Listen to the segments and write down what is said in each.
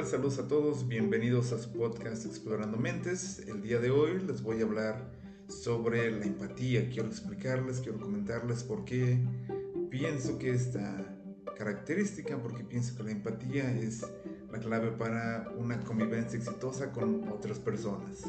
tal? Saludos a todos, bienvenidos a su podcast Explorando Mentes. El día de hoy les voy a hablar sobre la empatía. Quiero explicarles, quiero comentarles por qué pienso que esta característica, porque pienso que la empatía es la clave para una convivencia exitosa con otras personas.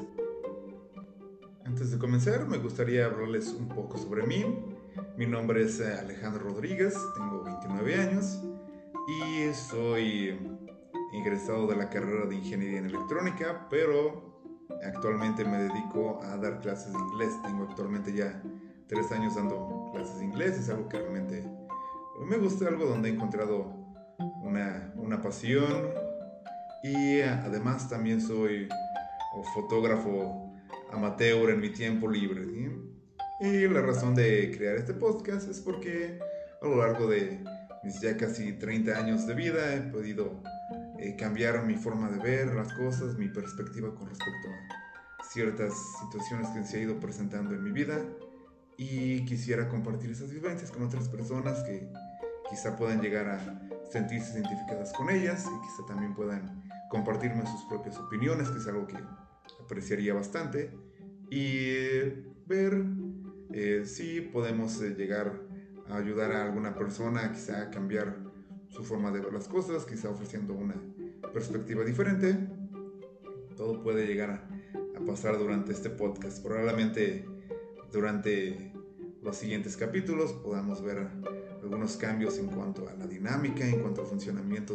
Antes de comenzar, me gustaría hablarles un poco sobre mí. Mi nombre es Alejandro Rodríguez, tengo 29 años y soy egresado de la carrera de Ingeniería en Electrónica, pero actualmente me dedico a dar clases de inglés. Tengo actualmente ya 3 años dando clases de inglés. Es algo que realmente me gusta, algo donde he encontrado una pasión. Y además también soy fotógrafo amateur en mi tiempo libre, ¿sí? Y la razón de crear este podcast es porque a lo largo de mis ya casi 30 años de vida he podido cambiar mi forma de ver las cosas, mi perspectiva con respecto a ciertas situaciones que se han ido presentando en mi vida, y quisiera compartir esas vivencias con otras personas que quizá puedan llegar a sentirse identificadas con ellas y quizá también puedan compartirme sus propias opiniones, que es algo que apreciaría bastante, y ver si podemos llegar a ayudar a alguna persona quizá a cambiar su forma de ver las cosas, quizá ofreciendo una perspectiva diferente. Todo puede llegar a pasar durante este podcast. Probablemente durante los siguientes capítulos podamos ver algunos cambios en cuanto a la dinámica, en cuanto al funcionamiento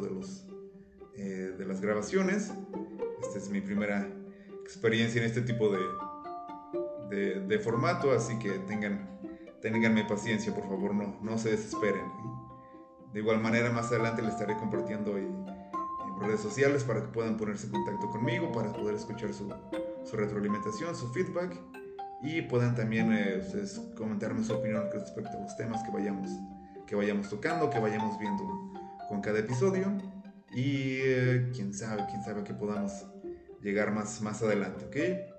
de las grabaciones. Esta es mi primera experiencia en este tipo de formato, así que ténganme paciencia, por favor, no se desesperen. De igual manera, más adelante les estaré compartiendo en redes sociales para que puedan ponerse en contacto conmigo, para poder escuchar su retroalimentación, su feedback, y puedan también ustedes comentarme su opinión respecto a los temas que vayamos tocando, que vayamos viendo con cada episodio, y quién sabe que podamos llegar más adelante, ¿ok?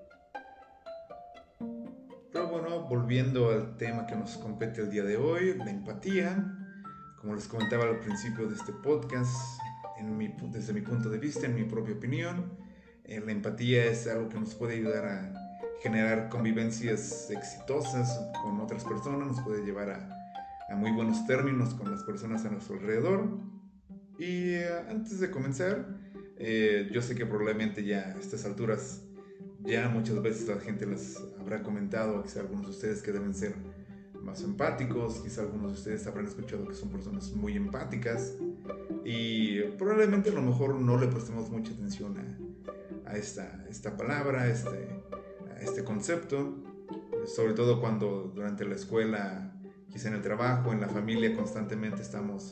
Pero bueno, volviendo al tema que nos compete el día de hoy, la empatía. Como les comentaba al principio de este podcast, desde mi punto de vista, en mi propia opinión, la empatía es algo que nos puede ayudar a generar convivencias exitosas con otras personas, nos puede llevar a muy buenos términos con las personas a nuestro alrededor. Y antes de comenzar, yo sé que probablemente ya a estas alturas ya muchas veces la gente les habrá comentado, quizá algunos de ustedes, que deben ser más empáticos. Quizá algunos de ustedes habrán escuchado que son personas muy empáticas, y probablemente a lo mejor no le prestemos mucha atención a esta palabra, a este concepto, sobre todo cuando durante la escuela, quizá en el trabajo, en la familia, constantemente estamos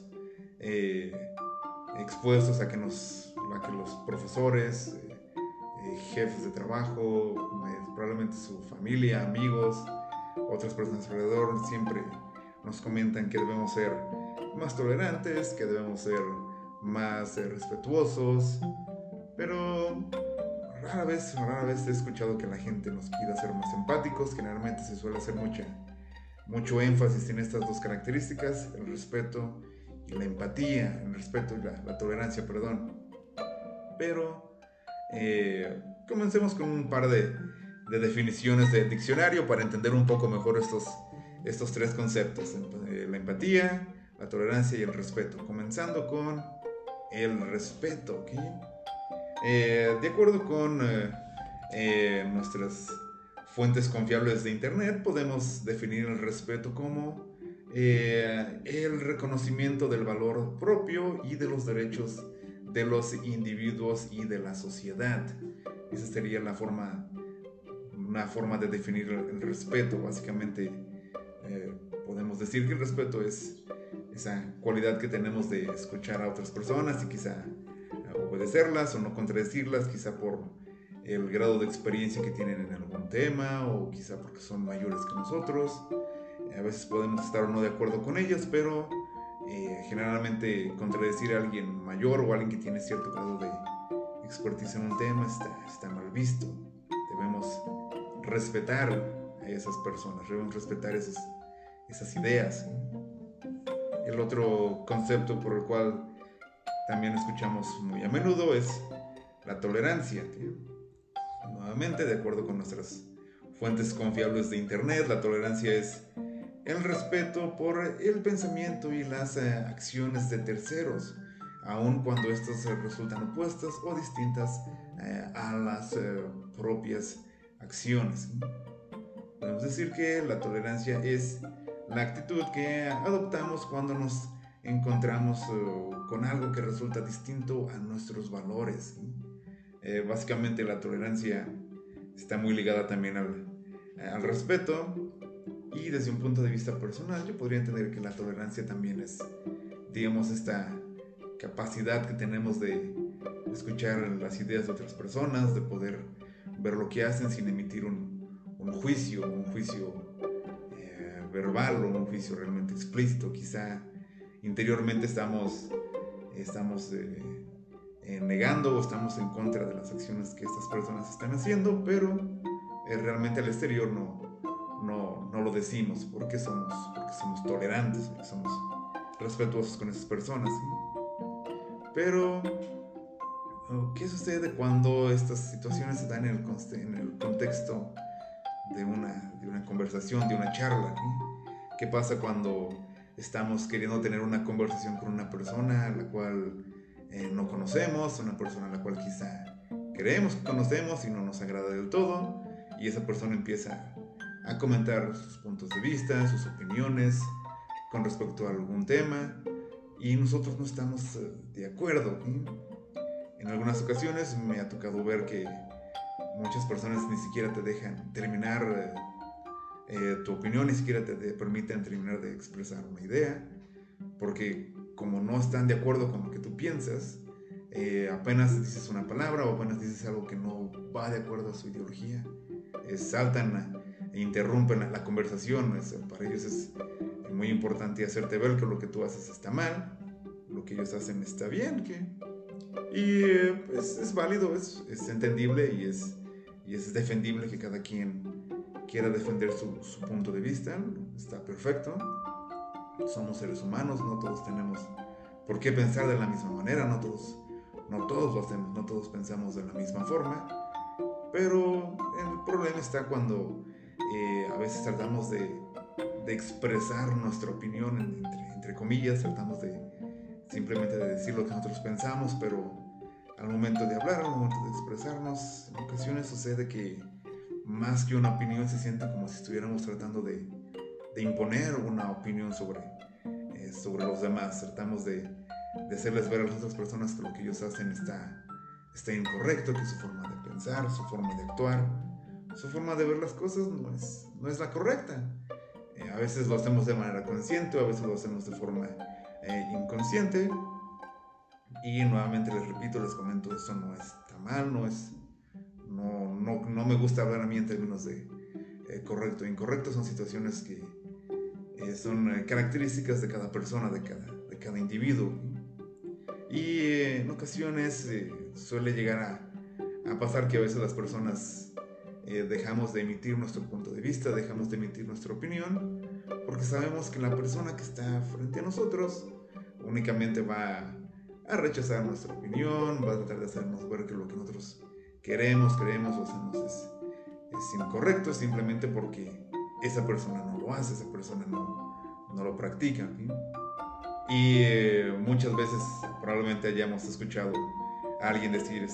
expuestos a que los profesores, jefes de trabajo, probablemente su familia, amigos, otras personas alrededor, siempre nos comentan que debemos ser más tolerantes, que debemos ser más respetuosos, pero rara vez he escuchado que la gente nos pida ser más empáticos. Generalmente se suele hacer mucho énfasis en estas dos características, el respeto y la empatía, el respeto y la tolerancia, perdón. Pero comencemos con un par de definiciones de diccionario para entender un poco mejor estos tres conceptos: la empatía, la tolerancia y el respeto. Comenzando con el respeto, ¿ok? De acuerdo con nuestras fuentes confiables de internet, podemos definir el respeto como el reconocimiento del valor propio y de los derechos de los individuos y de la sociedad. Esa sería una forma de definir el respeto. Básicamente podemos decir que el respeto es esa cualidad que tenemos de escuchar a otras personas y quizá obedecerlas o no contradecirlas, quizá por el grado de experiencia que tienen en algún tema, o quizá porque son mayores que nosotros. A veces podemos estar o no de acuerdo con ellas, pero generalmente contradecir a alguien mayor o a alguien que tiene cierto grado de expertise en un tema está mal visto. Debemos respetar a esas personas, debemos respetar esas ideas. El otro concepto por el cual también escuchamos muy a menudo es la tolerancia. ¿Sí? Nuevamente, de acuerdo con nuestras fuentes confiables de internet, la tolerancia es el respeto por el pensamiento y las acciones de terceros, aun cuando estos resultan opuestas o distintas a las propias acciones. Podemos decir que la tolerancia es la actitud que adoptamos cuando nos encontramos con algo que resulta distinto a nuestros valores. Básicamente la tolerancia está muy ligada también al respeto, y desde un punto de vista personal yo podría entender que la tolerancia también es, digamos, esta capacidad que tenemos de escuchar las ideas de otras personas, de poder ver lo que hacen sin emitir un juicio verbal o un juicio realmente explícito. Quizá interiormente estamos negando o estamos en contra de las acciones que estas personas están haciendo, pero realmente al exterior no lo decimos porque somos tolerantes, porque somos respetuosos con esas personas. ¿Sí? Pero ¿qué sucede cuando estas situaciones se dan en el contexto de una conversación, de una charla? ¿Sí? ¿Qué pasa cuando estamos queriendo tener una conversación con una persona a la cual no conocemos, una persona a la cual quizá creemos que conocemos y no nos agrada del todo, y esa persona empieza a comentar sus puntos de vista, sus opiniones con respecto a algún tema, y nosotros no estamos de acuerdo? ¿Sí? En algunas ocasiones me ha tocado ver que muchas personas ni siquiera te dejan terminar tu opinión, ni siquiera te permiten terminar de expresar una idea, porque como no están de acuerdo con lo que tú piensas, apenas dices una palabra o apenas dices algo que no va de acuerdo a su ideología, saltan e interrumpen la conversación. Para ellos es muy importante hacerte ver que lo que tú haces está mal, lo que ellos hacen está bien, y pues es válido, es entendible y es defendible que cada quien quiera defender su punto de vista. Está perfecto. Somos seres humanos, no todos tenemos por qué pensar de la misma manera, no todos lo hacemos, no todos pensamos de la misma forma, pero el problema está cuando a veces tratamos de expresar nuestra opinión, entre comillas, tratamos simplemente de decir lo que nosotros pensamos, pero al momento de hablar, al momento de expresarnos, en ocasiones sucede que más que una opinión se siente como si estuviéramos tratando de imponer una opinión sobre los demás. Tratamos de hacerles ver a las otras personas que lo que ellos hacen está incorrecto, que su forma de pensar, su forma de actuar, su forma de ver las cosas no es la correcta. A veces lo hacemos de manera consciente, o a veces lo hacemos de forma inconsciente. Y nuevamente les repito, les comento, esto no está mal, no me gusta hablar a mí en términos de correcto e incorrecto. Son situaciones que son características de cada persona, de cada individuo. Y en ocasiones suele llegar a pasar que a veces las personas dejamos de emitir nuestro punto de vista, dejamos de emitir nuestra opinión, porque sabemos que la persona que está frente a nosotros únicamente va a rechazar nuestra opinión, va a tratar de hacernos ver que lo que nosotros queremos, creemos o hacemos es incorrecto, simplemente porque esa persona no lo hace, esa persona no lo practica. ¿Sí? Y muchas veces probablemente hayamos escuchado a alguien decir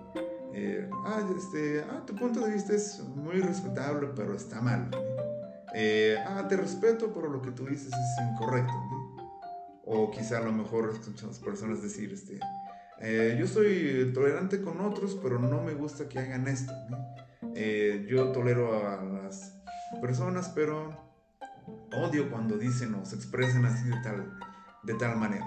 tu punto de vista es muy respetable, pero está mal. Te respeto, pero lo que tú dices es incorrecto. O quizá a lo mejor escuchamos personas decir yo soy tolerante con otros, pero no me gusta que hagan esto. Yo tolero a las personas, pero odio cuando dicen o se expresan así de tal manera.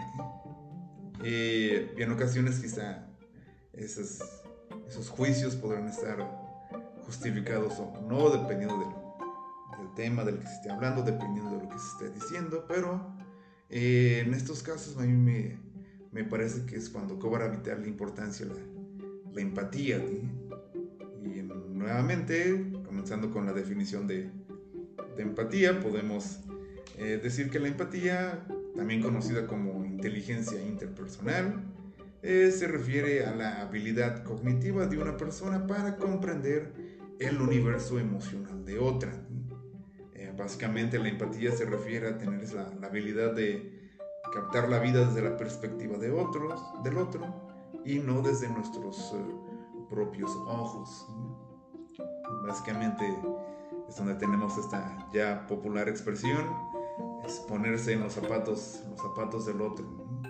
Y en ocasiones quizá esos juicios podrán estar justificados o no, dependiendo del tema del que se esté hablando, dependiendo de lo que se esté diciendo, pero en estos casos a mí me parece que es cuando cobra vital importancia la empatía. ¿Sí? Y nuevamente, comenzando con la definición de empatía, podemos decir que la empatía, también conocida como inteligencia interpersonal, Se refiere a la habilidad cognitiva de una persona para comprender el universo emocional de otra. Básicamente la empatía se refiere a tener la habilidad de captar la vida desde la perspectiva del otro, y no desde nuestros propios ojos. Básicamente es donde tenemos esta ya popular expresión, es ponerse en los zapatos del otro.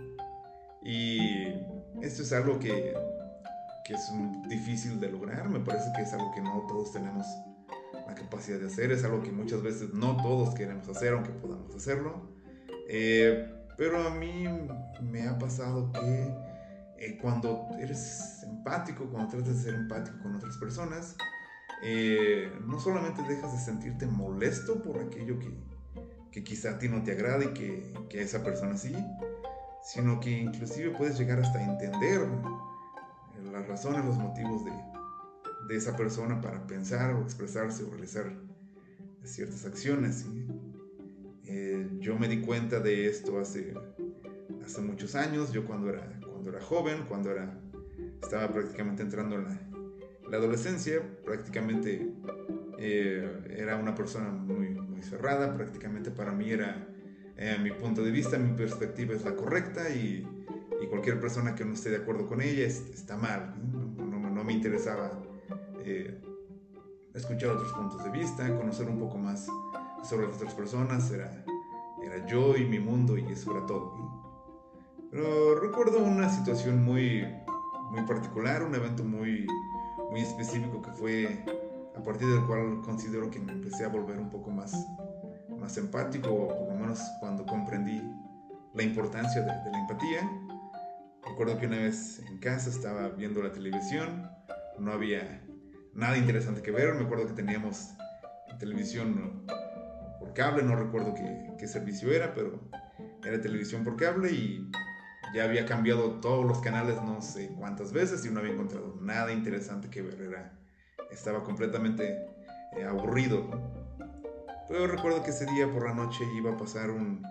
Y esto es algo que es difícil de lograr. Me parece que es algo que no todos tenemos la capacidad de hacer, es algo que muchas veces no todos queremos hacer, aunque podamos hacerlo. Pero a mí me ha pasado que cuando eres empático, cuando tratas de ser empático con otras personas, no solamente dejas de sentirte molesto por aquello que quizá a ti no te agrada y que a esa persona sí, sino que inclusive puedes llegar hasta entender las razones, los motivos de esa persona para pensar o expresarse o realizar ciertas acciones. ¿Sí? Yo me di cuenta de esto hace muchos años. Yo cuando era joven, estaba prácticamente entrando en la adolescencia, prácticamente era una persona muy cerrada. Prácticamente para mí era mi punto de vista, mi perspectiva es la correcta, y cualquier persona que no esté de acuerdo con ella está mal. No me interesaba escuchar otros puntos de vista, conocer un poco más sobre las otras personas. Era yo y mi mundo, y eso era todo. Pero recuerdo una situación muy particular, un evento muy específico, que fue a partir del cual considero que me empecé a volver un poco más empático, o por lo menos cuando comprendí la importancia de la empatía. Recuerdo que una vez en casa estaba viendo la televisión, no había nada interesante que ver. Me acuerdo que teníamos televisión por cable, no recuerdo qué servicio era, pero era televisión por cable, y ya había cambiado todos los canales no sé cuántas veces y no había encontrado nada interesante que ver. Estaba completamente aburrido. Pero recuerdo que ese día por la noche iba a pasar un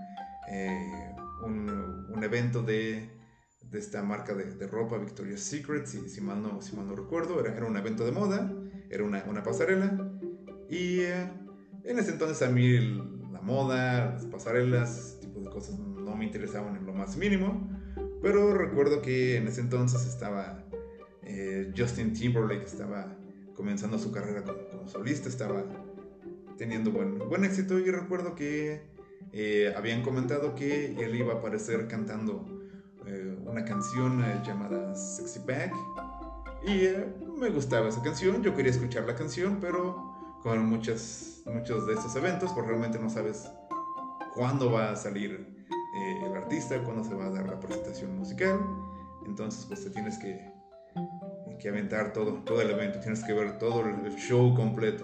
evento de esta marca de ropa, Victoria's Secret, si mal no recuerdo. Era un evento de moda, era una pasarela, y en ese entonces a mí la moda, las pasarelas, ese tipo de cosas no me interesaban en lo más mínimo. Pero recuerdo que en ese entonces estaba Justin Timberlake, estaba comenzando su carrera como solista, estaba teniendo buen éxito, y recuerdo que habían comentado que él iba a aparecer cantando una canción llamada Sexy Back, y me gustaba esa canción. Yo quería escuchar la canción, pero con muchos de estos eventos, pues realmente no sabes cuándo va a salir el artista, cuándo se va a dar la presentación musical. Entonces pues te tienes que aventar todo el evento, tienes que ver todo el show completo.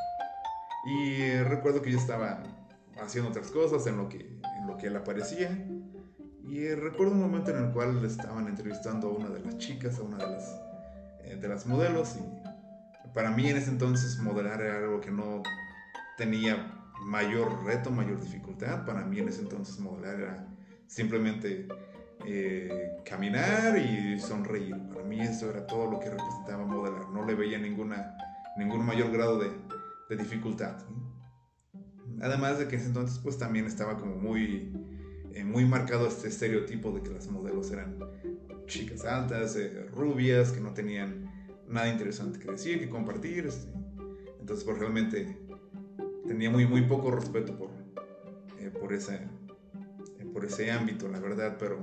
Y recuerdo que yo estaba haciendo otras cosas en lo que él aparecía, y recuerdo un momento en el cual estaban entrevistando a una de las chicas, a una de las modelos, y para mí en ese entonces modelar era algo que no tenía mayor reto, mayor dificultad. Para mí en ese entonces modelar era simplemente caminar y sonreír. Para mí eso era todo lo que representaba modelar. No le veía ningún mayor grado de dificultad. Además de que en ese entonces pues también estaba como muy marcado este estereotipo de que las modelos eran chicas altas, rubias, que no tenían nada interesante que decir, que compartir. Entonces pues realmente tenía muy poco respeto por ese ámbito, la verdad. Pero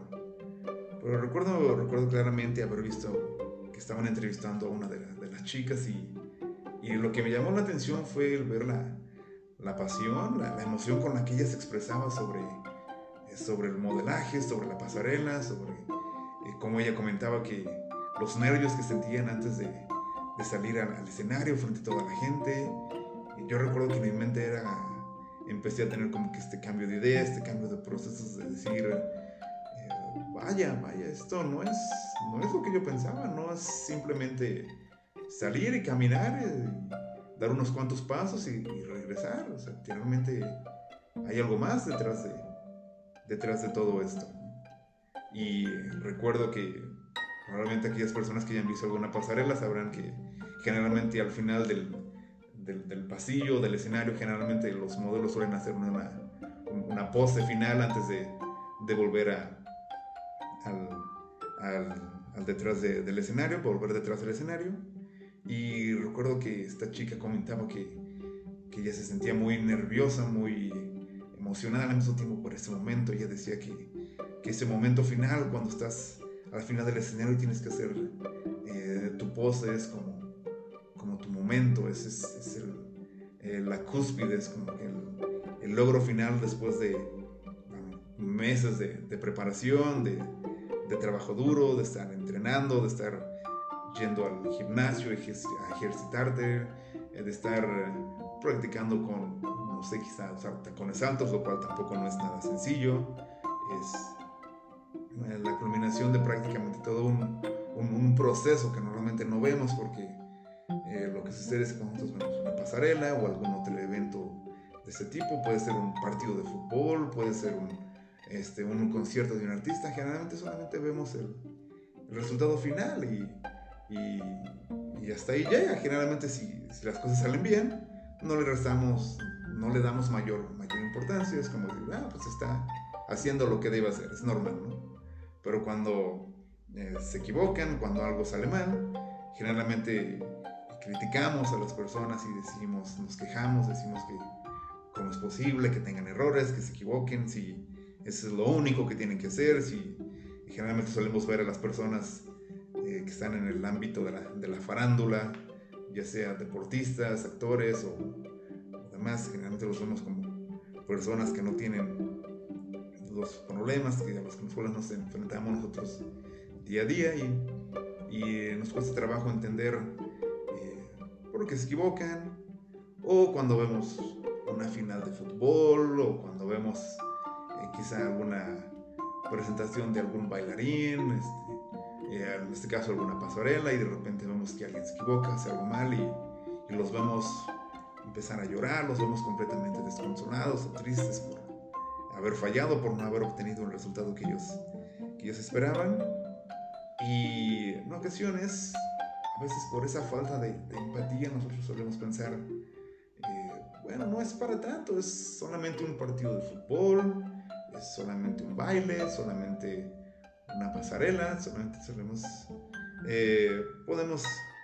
recuerdo claramente haber visto que estaban entrevistando a una de las chicas, y lo que me llamó la atención fue el ver la pasión, la emoción con la que ella se expresaba sobre el modelaje, sobre la pasarela, sobre cómo ella comentaba que los nervios que sentían antes de salir al escenario frente a toda la gente. Y yo recuerdo que en mi mente empecé a tener como que este cambio de idea, este cambio de procesos, de decir, vaya, esto no es lo que yo pensaba. No es simplemente salir y caminar, dar unos cuantos pasos y regresar. O sea, realmente hay algo más detrás de todo esto. Y recuerdo que Probablemente aquellas personas que hayan visto alguna pasarela sabrán que generalmente al final del pasillo, del escenario, generalmente los modelos suelen hacer una pose final antes de volver al, al detrás del escenario, volver detrás del escenario. Y recuerdo que esta chica comentaba que ella se sentía muy nerviosa, muy emocionada al mismo tiempo por ese momento. Ella decía que ese momento final, cuando estás al final del escenario y tienes que hacer tu pose, es como tu momento, es la cúspide, es como el logro final después de meses de preparación, de trabajo duro, de estar entrenando, de estar yendo al gimnasio a ejercitarte, de estar practicando con, no sé, quizá usar tacones altos, lo cual tampoco no es nada sencillo. Es la culminación de prácticamente todo un proceso que normalmente no vemos porque lo que sucede es que cuando nosotros vemos una pasarela o algún otro evento de ese tipo, puede ser un partido de fútbol, puede ser un concierto de un artista, generalmente solamente vemos el resultado final y hasta ahí llega. Generalmente si las cosas salen bien, no le damos mayor importancia, es como decir, pues está haciendo lo que debe hacer, es normal, ¿no? Pero cuando se equivocan, cuando algo sale mal, generalmente criticamos a las personas y decimos, nos quejamos, decimos que cómo es posible que tengan errores, que se equivoquen, si eso es lo único que tienen que hacer, si generalmente solemos ver a las personas que están en el ámbito de la farándula, ya sea deportistas, actores o demás, generalmente los vemos como personas que no tienen los problemas a los que nos enfrentamos nosotros día a día y nos cuesta trabajo entender por qué se equivocan, o cuando vemos una final de fútbol, o cuando vemos quizá alguna presentación de algún bailarín, en este caso alguna pasarela, y de repente vemos que alguien se equivoca, hace algo mal y los vemos empezar a llorar, los vemos completamente desconsolados o tristes por haber fallado, por no haber obtenido el resultado que ellos esperaban. Y en ocasiones, a veces por esa falta de empatía, nosotros solemos pensar, bueno, no es para tanto, es solamente un partido de fútbol, es solamente un baile, solamente una pasarela, solamente podemos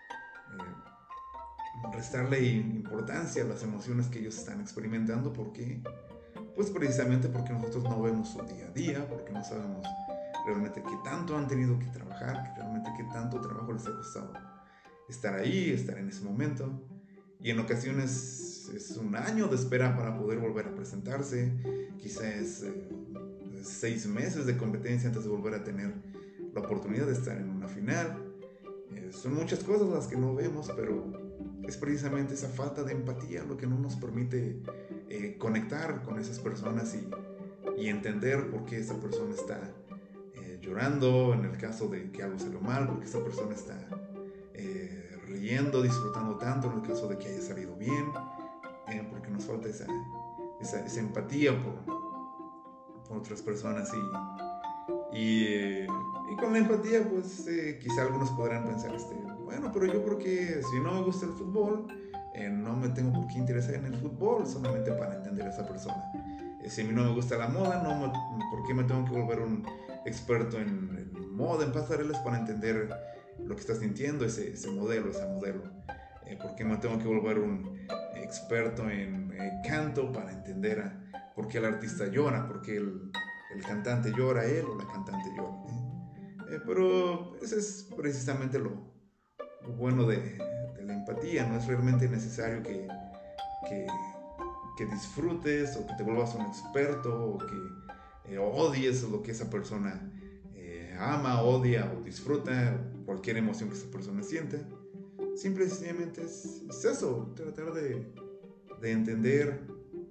restarle importancia a las emociones que ellos están experimentando. ¿Por qué? Pues precisamente porque nosotros no vemos su día a día, porque no sabemos realmente qué tanto han tenido que trabajar, realmente qué tanto trabajo les ha costado estar ahí, estar en ese momento. Y en ocasiones es un año de espera para poder volver a presentarse, quizás 6 meses de competencia antes de volver a tener la oportunidad de estar en una final. Son muchas cosas las que no vemos, pero es precisamente esa falta de empatía lo que no nos permite conectar con esas personas y entender por qué esa persona está llorando en el caso de que algo salió mal, porque esa persona está riendo, disfrutando tanto en el caso de que haya salido bien, porque nos falta esa empatía por otras personas y con la empatía pues quizá algunos podrán pensar bueno, pero yo porque si no me gusta el fútbol no me tengo por qué interesar en el fútbol solamente para entender a esa persona. Si a mí no me gusta la moda, ¿por qué me tengo que volver un experto en moda, en pasarelas, para entender lo que está sintiendo ese modelo, esa modelo? ¿Por qué me tengo que volver un experto en canto para entender por qué el artista llora, por qué el cantante llora, él o la cantante llora? Pero ese es precisamente lo bueno de la empatía. No es realmente necesario que disfrutes o que te vuelvas un experto o que odies lo que esa persona ama, odia o disfruta, cualquier emoción que esa persona siente. Simple y sencillamente es eso, tratar de entender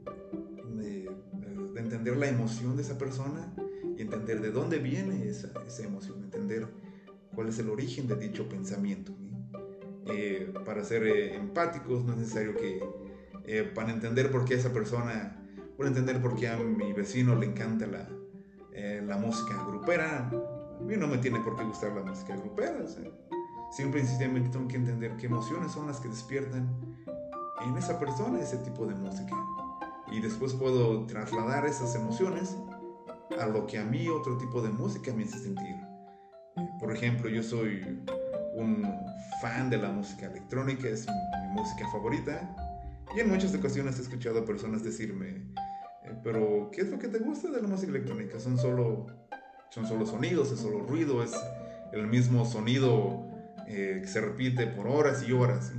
de entender la emoción de esa persona y entender de dónde viene esa emoción, entender cuál es el origen de dicho pensamiento. Para ser empáticos no es necesario que para entender por qué esa persona, por entender por qué a mi vecino le encanta la música grupera, A mí no me tiene por qué gustar la música grupera, o sea, simple y sencillamente tengo que entender qué emociones son las que despiertan en esa persona ese tipo de música. Y después puedo trasladar esas emociones a lo que a mí otro tipo de música me hace sentir. Por ejemplo, yo soy un fan de la música electrónica, es mi música favorita. Y en muchas ocasiones he escuchado a personas decirme, pero ¿qué es lo que te gusta de la música electrónica? Son solo sonidos, es solo ruido, es el mismo sonido que se repite por horas y horas, ¿sí?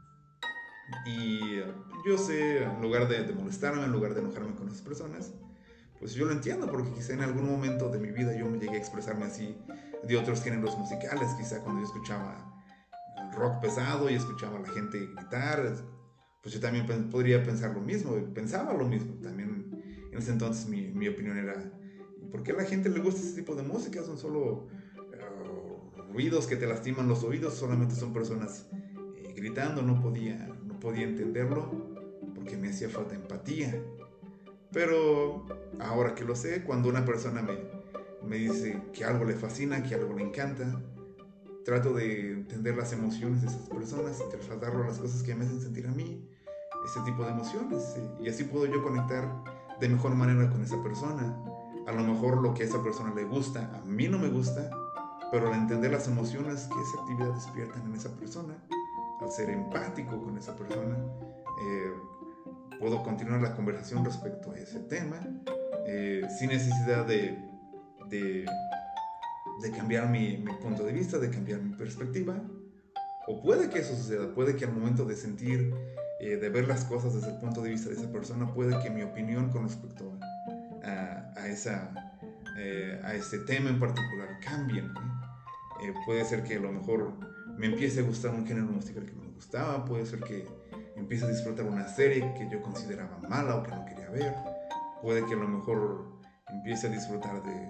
Y yo sé, en lugar de molestarme, en lugar de enojarme con esas personas, pues yo lo entiendo, porque quizá en algún momento de mi vida yo me llegué a expresarme así de otros géneros musicales, quizá cuando yo escuchaba el rock pesado y escuchaba a la gente gritar, pues yo también podría pensar lo mismo, pensaba lo mismo. También en ese entonces mi opinión era, ¿por qué a la gente le gusta ese tipo de música? Son solo ruidos que te lastiman los oídos, solamente son personas gritando. No podía entenderlo porque me hacía falta empatía. Pero ahora que lo sé, cuando una persona me dice que algo le fascina, que algo le encanta, trato de entender las emociones de esas personas y trasladarlo a las cosas que me hacen sentir a mí ese tipo de emociones, ¿sí? Y así puedo yo conectar de mejor manera con esa persona. A lo mejor lo que a esa persona le gusta, a mí no me gusta, pero al entender las emociones que esa actividad despierta en esa persona, al ser empático con esa persona, puedo continuar la conversación respecto a ese tema, sin necesidad de, de cambiar mi punto de vista, de cambiar mi perspectiva. O puede que eso suceda, puede que al momento de sentir, de ver las cosas desde el punto de vista de esa persona, puede que mi opinión con respecto a ese tema en particular cambie, ¿eh? Puede ser que a lo mejor me empiece a gustar un género musical que no me gustaba, puede ser que empiece a disfrutar una serie que yo consideraba mala o que no quería ver, puede que a lo mejor empiece a disfrutar de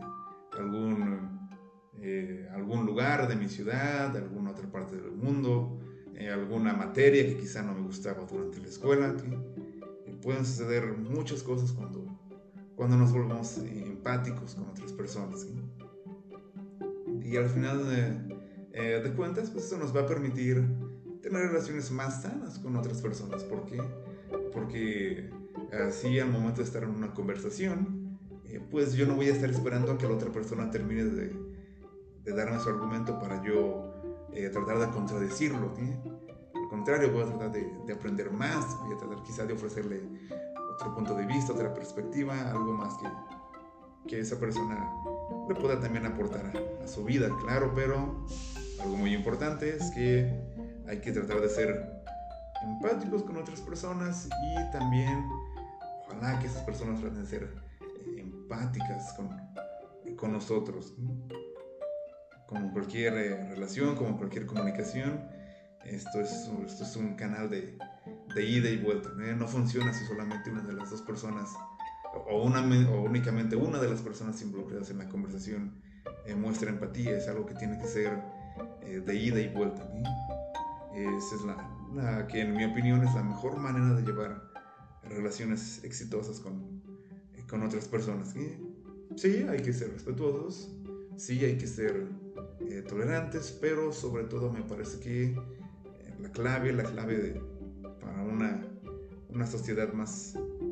algún lugar de mi ciudad, de alguna otra parte del mundo, alguna materia que quizá no me gustaba durante la escuela. Pueden suceder muchas cosas cuando nos volvemos empáticos con otras personas, ¿sí? Y al final de cuentas, pues eso nos va a permitir tener relaciones más sanas con otras personas. ¿Por qué? Porque así al momento de estar en una conversación, pues yo no voy a estar esperando a que la otra persona termine de darme su argumento para yo tratar de contradecirlo, ¿sí? Al contrario, voy a tratar de aprender más, voy a tratar quizá de ofrecerle otro punto de vista, otra perspectiva, algo más que esa persona le pueda también aportar a su vida, claro. Pero algo muy importante es que hay que tratar de ser empáticos con otras personas, y también ojalá que esas personas traten de ser empáticas con nosotros, ¿sí? Como cualquier relación, como cualquier comunicación, esto es un canal de ida y vuelta, ¿eh? No funciona si solamente una de las dos personas o únicamente una de las personas involucradas en la conversación muestra empatía. Es algo que tiene que ser de ida y vuelta, ¿eh? Esa es la que en mi opinión es la mejor manera de llevar relaciones exitosas con otras personas, ¿eh? Sí, hay que ser respetuosos, sí, hay que ser tolerantes, pero sobre todo me parece que la clave para una sociedad más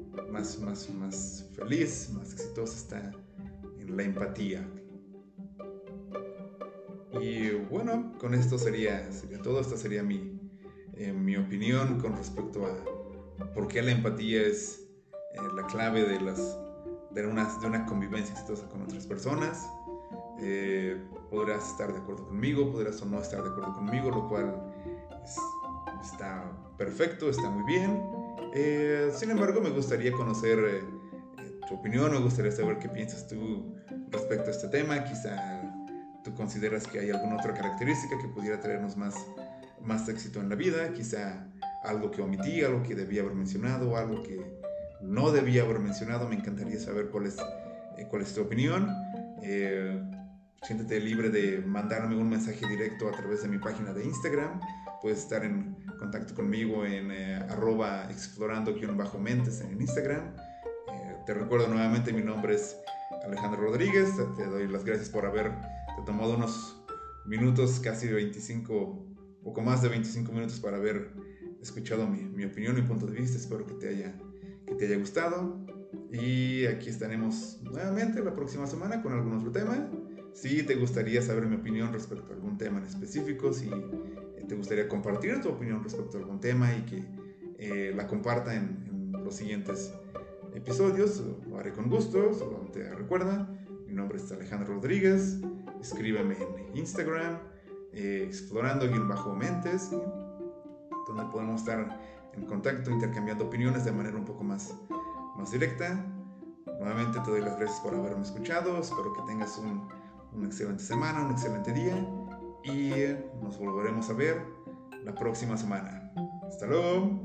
feliz, más exitosa, está en la empatía. Y bueno, con esto sería todo. Esta sería mi opinión con respecto a por qué la empatía es la clave de una convivencia exitosa con otras personas. Podrás estar de acuerdo conmigo, podrás o no estar de acuerdo conmigo, lo cual está perfecto, está muy bien. Sin embargo, me gustaría conocer tu opinión, me gustaría saber qué piensas tú respecto a este tema. Quizá tú consideras que hay alguna otra característica que pudiera traernos más éxito en la vida, quizá algo que omití, algo que debía haber mencionado, algo que no debía haber mencionado. Me encantaría saber cuál es tu opinión. Siéntete libre de mandarme un mensaje directo a través de mi página de Instagram. Puedes estar en contacto conmigo en @explorando_mentes en Instagram. Te recuerdo nuevamente, mi nombre es Alejandro Rodríguez. Te doy las gracias por haber te ha tomado unos minutos, casi 25, poco más de 25 minutos para haber escuchado mi opinión, mi punto de vista. Espero que te haya gustado. Y aquí estaremos nuevamente la próxima semana con algún otro tema. Si te gustaría saber mi opinión respecto a algún tema en específico, si te gustaría compartir tu opinión respecto a algún tema y que la comparta en los siguientes episodios, lo haré con gusto. Solamente recuerda, mi nombre es Alejandro Rodríguez. Escríbeme en Instagram, explorando-mentes, donde podemos estar en contacto, intercambiando opiniones de manera un poco más directa. Nuevamente te doy las gracias por haberme escuchado. Espero que tengas una excelente semana, un excelente día, y nos volveremos a ver la próxima semana. Hasta luego.